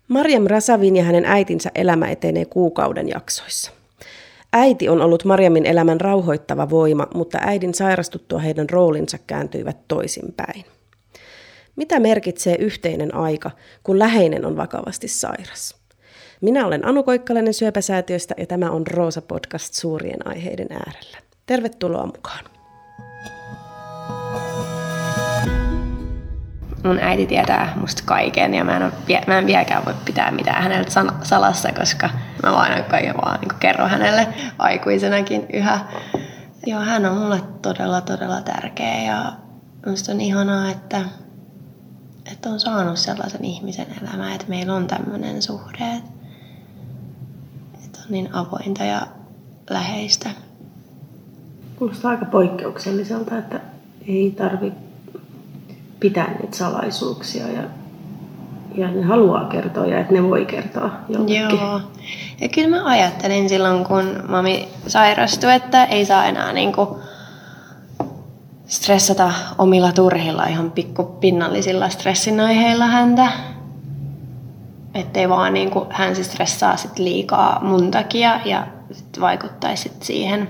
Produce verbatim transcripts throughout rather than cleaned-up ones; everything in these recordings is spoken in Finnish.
Maryam Razavin ja hänen äitinsä elämä etenee kuukauden jaksoissa. Äiti on ollut Maryamin elämän rauhoittava voima, mutta äidin sairastuttua heidän roolinsa kääntyivät toisinpäin. Mitä merkitsee yhteinen aika, kun läheinen on vakavasti sairas? Minä olen Anu Koikkalainen Syöpäsäätiöstä ja tämä on Roosa Podcast suurien aiheiden äärellä. Tervetuloa mukaan. Mun äiti tietää musta kaiken ja mä en, ole, mä en vieläkään voi pitää mitään häneltä salassa, koska mä vaan kaiken vaan niin kerron hänelle aikuisenakin yhä. Joo, hän on mulle todella, todella tärkeä ja musta on ihanaa, että, että on saanut sellaisen ihmisen elämään, että meillä on tämmöinen suhde, että on niin avointa ja läheistä. Kuulostaa aika poikkeukselliselta, että ei tarvitse pitää niitä salaisuuksia ja, ja ne haluaa kertoa ja että ne voi kertoa jollekin. Joo. Ja kyllä mä ajattelin silloin, kun mami sairastui, että ei saa enää niinku stressata omilla turhilla, ihan pikkupinnallisilla stressin aiheilla häntä. Ettei vaan niinku hän se stressaa sit liikaa mun takia ja sit vaikuttaisi sit siihen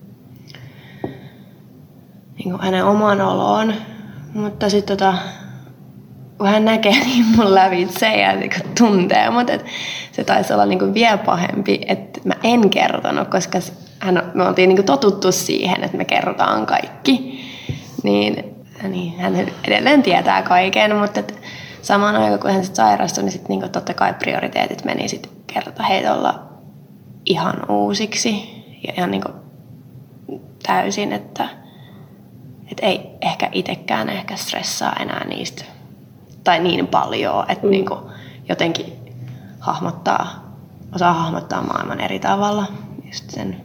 niinku hänen omaan oloon. Mutta sitten tota, kun hän näkee niin mun lävitse ja niin tuntee mut, että se taisi olla niin vielä pahempi, että mä en kertonut, koska hän, me oltiin niin totuttu siihen, että me kerrotaan kaikki. Niin, niin hän edelleen tietää kaiken, mutta et samaan aikaan kun hän sit sairastui, niin sit niin totta kai prioriteetit meni sit kertaheitolla ihan uusiksi ja ihan niin täysin, että että ei ehkä itsekään ehkä stressaa enää niistä tai niin paljon, että mm. niinku jotenkin hahmottaa, osaa hahmottaa maailman eri tavalla just sen,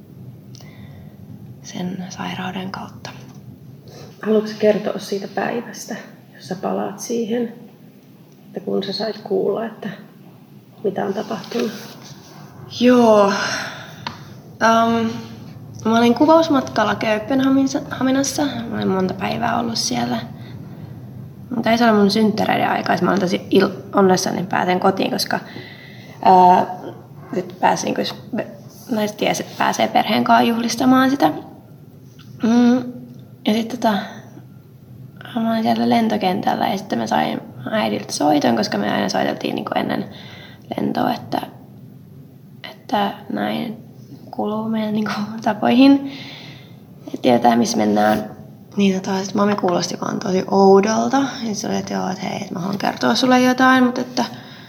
sen sairauden kautta. Haluatko kertoa siitä päivästä, jos sä palaat siihen, että kun sä sait kuulla, että mitä on tapahtunut? Joo. Um, Mä olin kuvausmatkalla Kööpenhaminassa. Mä olin monta päivää ollut siellä. Mutta ei se ole mun synttäreiden aikaa. Mä olin tosi il- onnessani, niin pääsen kotiin, koska ää, nyt pääsin, kun naiset tiesi, että pääsee perheen kanssa juhlistamaan sitä. Mm. Ja sitten tota, mä olin siellä lentokentällä ja sitten mä sain äidiltä soiton, koska me aina soiteltiin niin kuin ennen lentoa, että, että näin kuuluu meidän niin kuin, tapoihin. Ja tietää, missä mennään. Niin tota, sit mami kuulosti vaan tosi oudolta. Ja se oli, että joo, että hei, että mä haluan kertoa sulle jotain, mutta että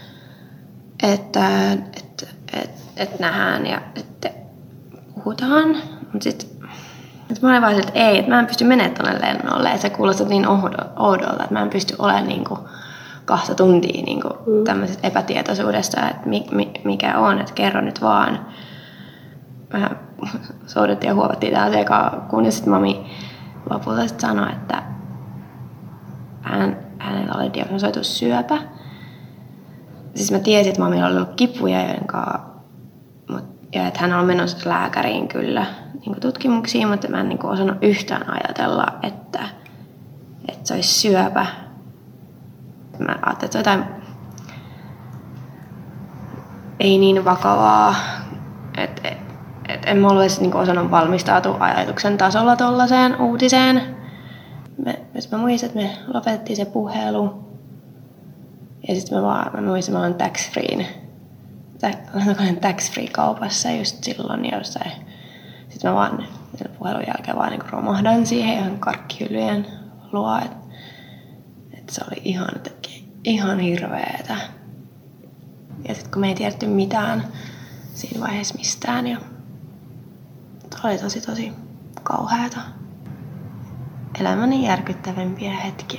että, että, että, että nähdään ja että puhutaan. Mutta sit että mä olin vaan että ei, että mä en pysty menemään tuonne lennolle. Ja se kuulosti niin oudolta, että mä en pysty olemaan niin kuin kahta tuntia niin kuin mm. tämmöisestä epätietoisuudesta, että mikä on, että kerro nyt vaan. Vähän soudettiin ja huovattiin tähän sekaan, kun ja sitten mami lopulta sit sanoi, että hän, hänellä oli diagnosoitu syöpä. Siis mä tiesin, että mamilla oli ollut kipuja jonka, ja että hän on menossa lääkäriin kyllä niin tutkimuksiin, mutta mä en niin osannut yhtään ajatella, että, että se olisi syöpä. Mä ajattelin, että se on jotain ei niin vakavaa, että et en mä ollut niinku osannut valmistautua ajatuksen tasolla tollaiseen uutiseen. Me, mä muistin, että me lopetettiin se puhelu. Ja sitten mä vaan mä muistin, että mä olen tax-free. tax-free kaupassa just silloin jossain. Sitten mä vaan sen puhelun jälkeen vaan niinku romahdan siihen ihan karkkihyllyjen luo. Että et se oli ihan, ihan hirveetä. Ja sitten kun me ei tiedetty mitään siinä vaiheessa mistään. Ja se oli tosi tosi kauheata. Elämäni järkyttävimpiä hetkiä.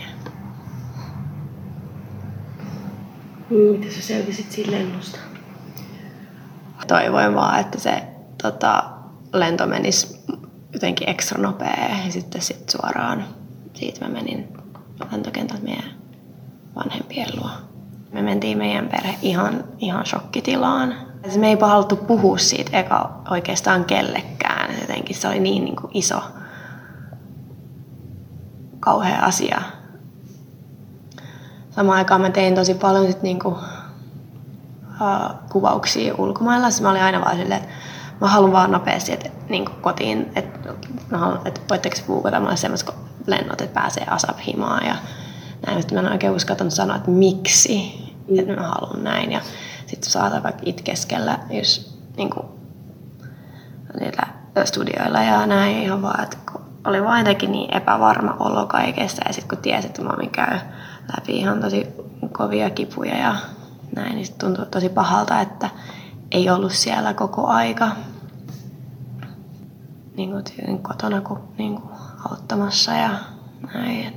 Miten sä selvisit siinä lennosta? Toivoin vaan, että se tota, lento menisi jotenkin ekstra nopea ja sitten sit suoraan siitä mä menin lentokentältä meidän vanhempien luo. Me mentiin meidän perhe ihan, ihan shokkitilaan. Me ei haluttu puhua siitä eka oikeastaan kellekään. Jotenkin se oli niin, niin kuin iso, kauhea asia. Samaan aikaan mä tein tosi paljon sit niin kuin uh, kuvauksia ulkomailla. Siis mä olin aina vaan silleen, että mä haluan vaan nopeasti että, niin kuin kotiin, että, mä haluan, että voitteko buukata mulle semmoiset lennot, että pääsee ASAP-himaan ja näin. Mutta mä en oikein uskaltanut sanoa, että miksi, mm. että mä haluan näin. Ja sitten saatan vaikka itkeskellä, jos niin kuin, niillä studioilla ja näin ihan vaan, että oli vaan jotenkin niin epävarma olo kaikesta. Ja sitten kun tiesi, että mami käy läpi ihan tosi kovia kipuja ja näin, niin sitten tuntui tosi pahalta, että ei ollut siellä koko aika niin kuin kotona kuin, niin kuin auttamassa ja näin.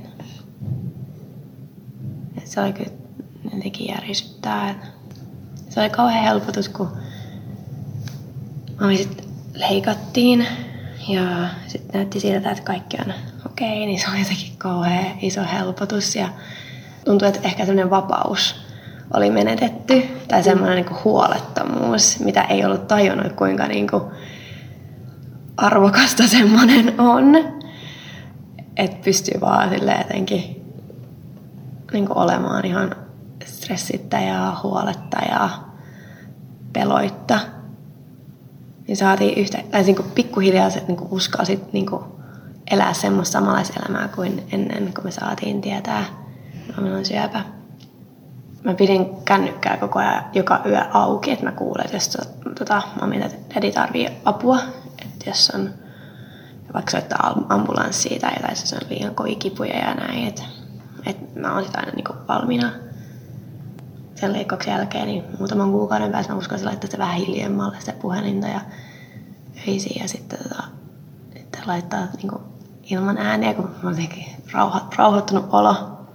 Et se oli kyllä jotenkin järisyttää. Se oli kauhean helpotus, kun mami sitten leikattiin ja sitten näytti siltä, että kaikki on okei, okay, niin se oli jotenkin kauhean iso helpotus ja tuntui, että ehkä sellainen vapaus oli menetetty tai semmoinen niin kuin huolettomuus, mitä ei ollut tajunnut, kuinka niin kuin arvokasta semmoinen on, että pystyy vaan jotenkin niin kuin olemaan ihan stressittä ja huoletta ja peloitta. Niin saatiin yhtä, tai niin kuin pikkuhiljaa se, niin kuin uskalsit niin kuin elää semmoista samanlaista elämää kuin ennen, kun me saatiin tietää, että minulla on syöpä. Mä pidin kännykkää koko ajan joka yö auki, että mä kuulen, että jos tota, mami tai daddy tarvii apua, että jos on vaikka soittaa ambulanssia tai jotain, jos on liian kovia kipuja ja näin, että, että mä oon sit aina niin kuin valmiina. Sen leikkauksen jälkeen niin muutaman kuukauden päästä mä uskalsin laittaa sitä vähän hiljemmalle sitä puhelinta ja öisiin ja sitten, tota, sitten laittaa niin kuin ilman ääniä, kun mä olin rauho, rauhoittunut olo.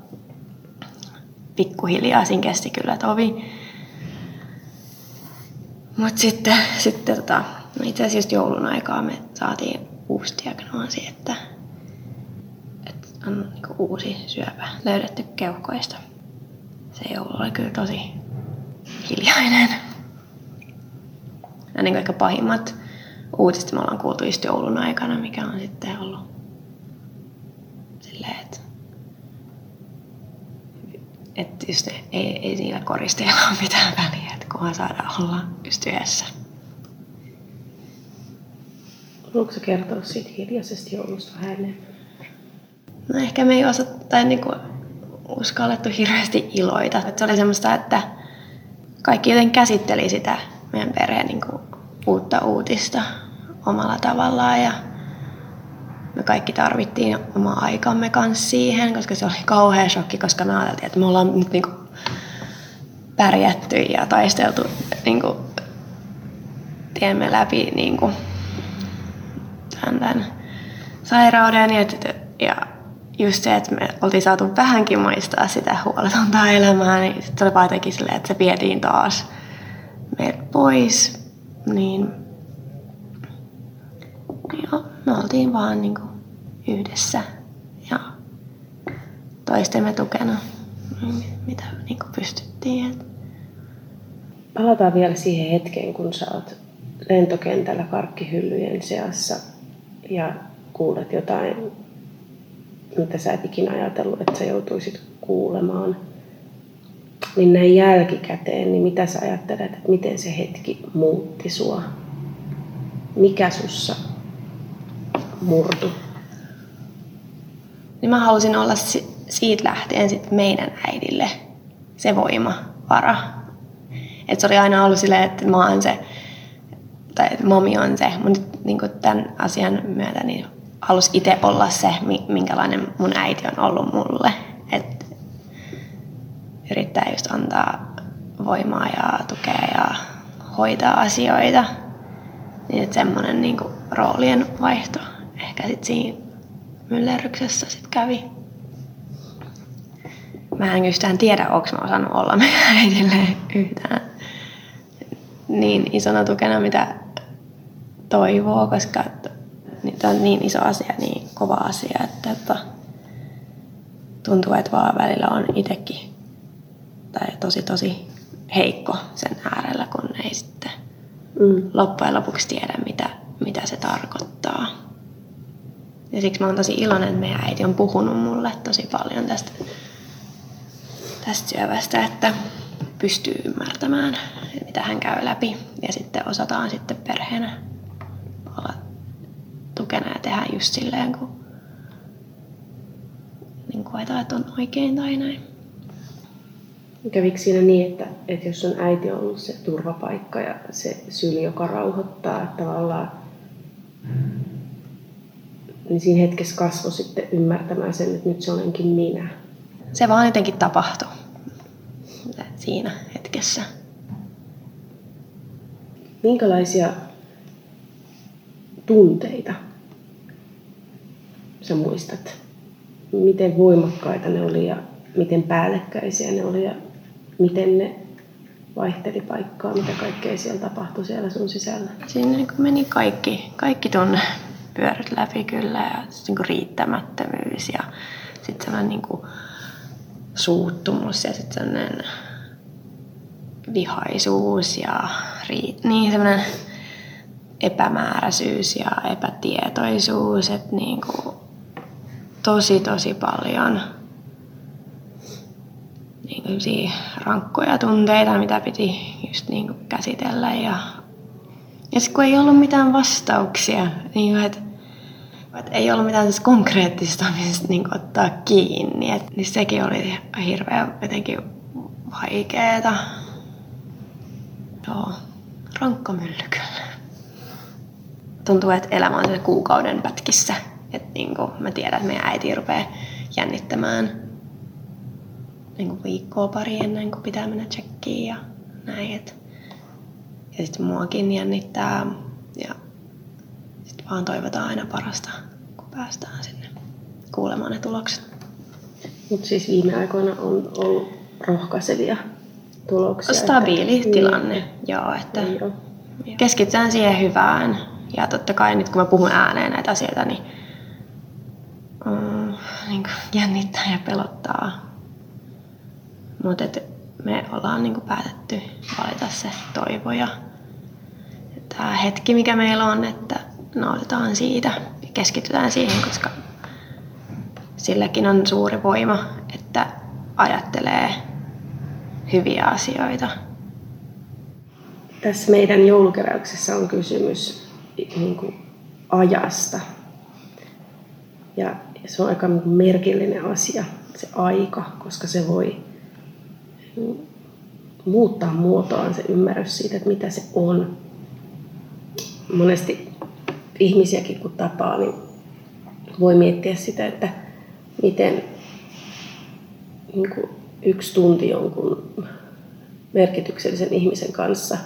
Pikkuhiljaa siinä kesti kyllä tovi. Mutta sitten, sitten tota, no itse asiassa just joulun aikaa me saatiin uusi diagnoosi, että, että on niinku uusi syöpä löydetty keuhkoista. Se joulu oli kyllä tosi hiljainen. Ja niin ehkä pahimmat uutiset me ollaan kuultu just joulun aikana, mikä on sitten ollut silleen, että Että just ei, ei niillä koristeilla ole mitään väliä, että kunhan saadaan olla just yhdessä. Haluatko sä kertoa siitä hiljaisesta joulusta vähän enemmän? No ehkä me ei osa, tai niinku uskallettu hirveästi iloita. Et se oli semmoista, että kaikki joten käsitteli sitä meidän perheen niinku uutta uutista omalla tavallaan. Ja me kaikki tarvittiin omaa aikamme kanssa siihen, koska se oli kauhea shokki, koska me ajateltiin, että me ollaan nyt niinku pärjätty ja taisteltu niinku tiemme läpi niinku tämän, tämän sairauden. Ja, ja just se, että me oltiin saatu vähänkin maistaa sitä huoletonta elämää, niin sitten oli vaan jotenkin silleen, että se vietiin taas meidät pois. Niin joo, me oltiin vaan niinku yhdessä ja toistemme tukena, mitä niinku pystyttiin. Palataan vielä siihen hetkeen, kun sä oot lentokentällä karkkihyllyjen seassa ja kuulet jotain, mitä sä et ikinä ajatellut, että sä joutuisit kuulemaan. Niin näin jälkikäteen, niin mitä sä ajattelet, että miten se hetki muutti sua? Mikä sussa murtu? Niin mä halusin olla siitä lähtien sit meidän äidille se voimavara. Et se oli aina ollut silleen, että mä oon se, tai että mami on se. Mutta niin tämän asian myötä niin halusin itse olla se, minkälainen mun äiti on ollut mulle. Et yrittää just antaa voimaa ja tukea ja hoitaa asioita. Niin että semmoinen niin kuin roolien vaihto ehkä sit siinä myllerryksessä sit kävi. Mä en yhtään tiedä, onko mä osannut olla meidän äidille yhtään niin isona tukena, mitä toivoo, koska tämä on niin iso asia, niin kova asia, että, että tuntuu, että vaan välillä on itsekin tai tosi tosi heikko sen äärellä, kun ei sitten mm. loppujen lopuksi tiedä, mitä, mitä se tarkoittaa. Ja siksi mä oon tosi iloinen, että meidän äiti on puhunut mulle tosi paljon tästä, tästä syövästä, että pystyy ymmärtämään, mitä hän käy läpi. Ja sitten osataan sitten perheenä olla tukena ja tehdä just silleen, kun niin koetaan, että on oikein tai näin. Kävikö siinä niin, että, että jos on äiti ollut se turvapaikka ja se syli, joka rauhoittaa, että tavallaan niin siinä hetkessä kasvoi sitten ymmärtämään sen, että nyt se olenkin minä. Se vaan jotenkin tapahtui siinä hetkessä. Minkälaisia tunteita sä muistat? Miten voimakkaita ne oli ja miten päällekkäisiä ne oli ja miten ne vaihteli paikkaa, mitä kaikkea siellä tapahtui siellä sun sisällä? Siinä niin meni kaikki, kaikki tunnepyörät läpi kyllä ja niin kuin riittämättömyys ja sitten sellainen niin kuin suuttumus ja sitten sellainen vihaisuus ja rii- niin sellainen epämääräisyys ja epätietoisuus, että niin kuin tosi tosi paljon niin rankkoja tunteita, mitä piti just niin kuin käsitellä. Ja, ja sitten kun ei ollut mitään vastauksia, niin että, että ei ollut mitään konkreettista, mistä niin kuin ottaa kiinni, että, niin sekin oli hirveän jotenkin vaikeeta. Joo, rankka mylly kyllä. Tuntuu, että elämä on se kuukauden pätkissä. Että niin kuin mä tiedän, että meidän äiti rupeaa jännittämään niin kuin viikkoa pari ennen kuin pitää mennä tsekkiin ja näin. Et. Ja sitten muakin jännittää ja sitten vaan toivotaan aina parasta, kun päästään sinne kuulemaan ne tulokset. Mutta siis viime aikoina on ollut rohkaisevia tuloksia. Stabiili että, tilanne, niin, joo. Että joo. keskitytään siihen hyvään. Ja totta kai nyt kun mä puhun ääneen näitä asioita, niin, mm, niin jännittää ja pelottaa. Mutta me ollaan niin kuin päätetty valita se toivo ja tämä hetki, mikä meillä on, että nautitaan siitä ja keskitytään siihen, koska silläkin on suuri voima, että ajattelee hyviä asioita. Tässä meidän joulukeräyksessä on kysymys niin kuin ajasta. Ja se on aika merkillinen asia, se aika, koska se voi muuttaa muotoaan se ymmärrys siitä, että mitä se on. Monesti ihmisiäkin kun tapaa, niin voi miettiä sitä, että miten niin kuin yksi tunti jonkun merkityksellisen ihmisen kanssa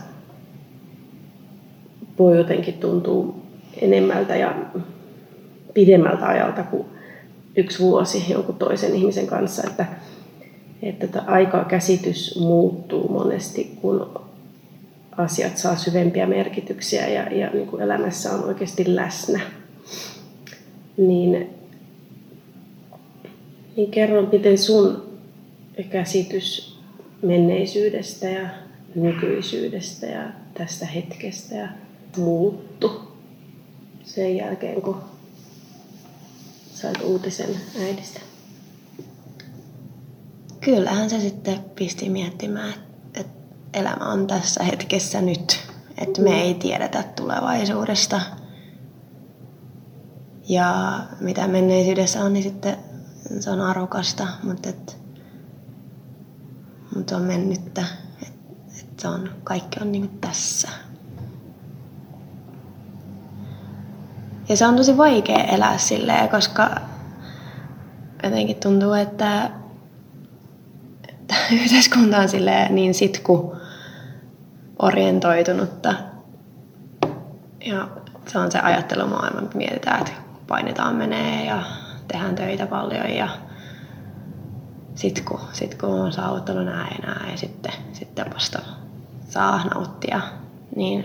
voi jotenkin tuntua enemmältä ja pidemmältä ajalta kuin yksi vuosi jonkun toisen ihmisen kanssa. Että, että tämä aikakäsitys muuttuu monesti, kun asiat saa syvempiä merkityksiä ja, ja niin kuin elämässä on oikeasti läsnä. Niin, niin kerro, miten sun käsitys menneisyydestä ja nykyisyydestä ja tästä hetkestä ja muuttu sen jälkeen, kun sait uutisen äidistä? Kyllähän se sitten pisti miettimään, että elämä on tässä hetkessä nyt, että me ei tiedetä tulevaisuudesta. Ja mitä menneisyydessä on, niin sitten se on arvokasta, mutta, et, mutta on mennyttä, että et se on, kaikki on niin kuin tässä. Ja se on tosi vaikea elää silleen, koska jotenkin tuntuu, että, että yhteiskunta on silleen niin sitku orientoitunutta. Ja se on se ajattelumaailma, että mietitään, että painetaan menee ja tehdään töitä paljon ja sit kun, sit kun on saavuttanut näin ja näin ja sitten, sitten vasta saa nauttia, niin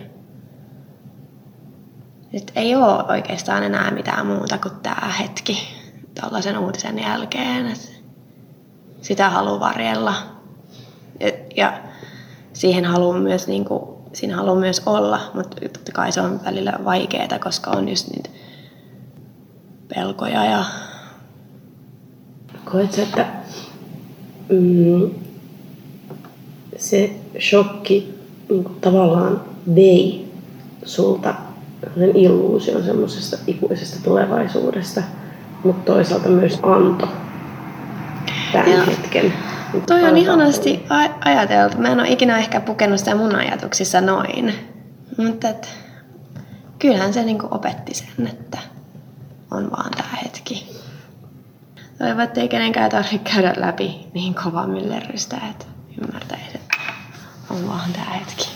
nyt ei ole oikeastaan enää mitään muuta kuin tämä hetki tällaisen uutisen jälkeen. Että sitä haluaa varjella ja, ja siihen haluaa myös, niin kuin, siinä haluaa myös olla, mutta totta kai se on välillä vaikeaa, koska on just niitä pelkoja. Ja koet sä, että mm, se shokki niin kuin tavallaan vei sulta sen illuusion semmoisesta ikuisesta tulevaisuudesta, mutta toisaalta myös anto tämän Joo. hetken. Niin Toi on ihanasti a- ajateltu. Mä en ole ikinä ehkä pukenut sitä mun ajatuksissa noin. Mutta et, kyllähän se niinku opetti sen, että on vaan tää hetki. Toivon, että ei kenenkään tarvitse käydä läpi niin kovaa myllerrystä, että ymmärtäisi, että on vaan tää hetki.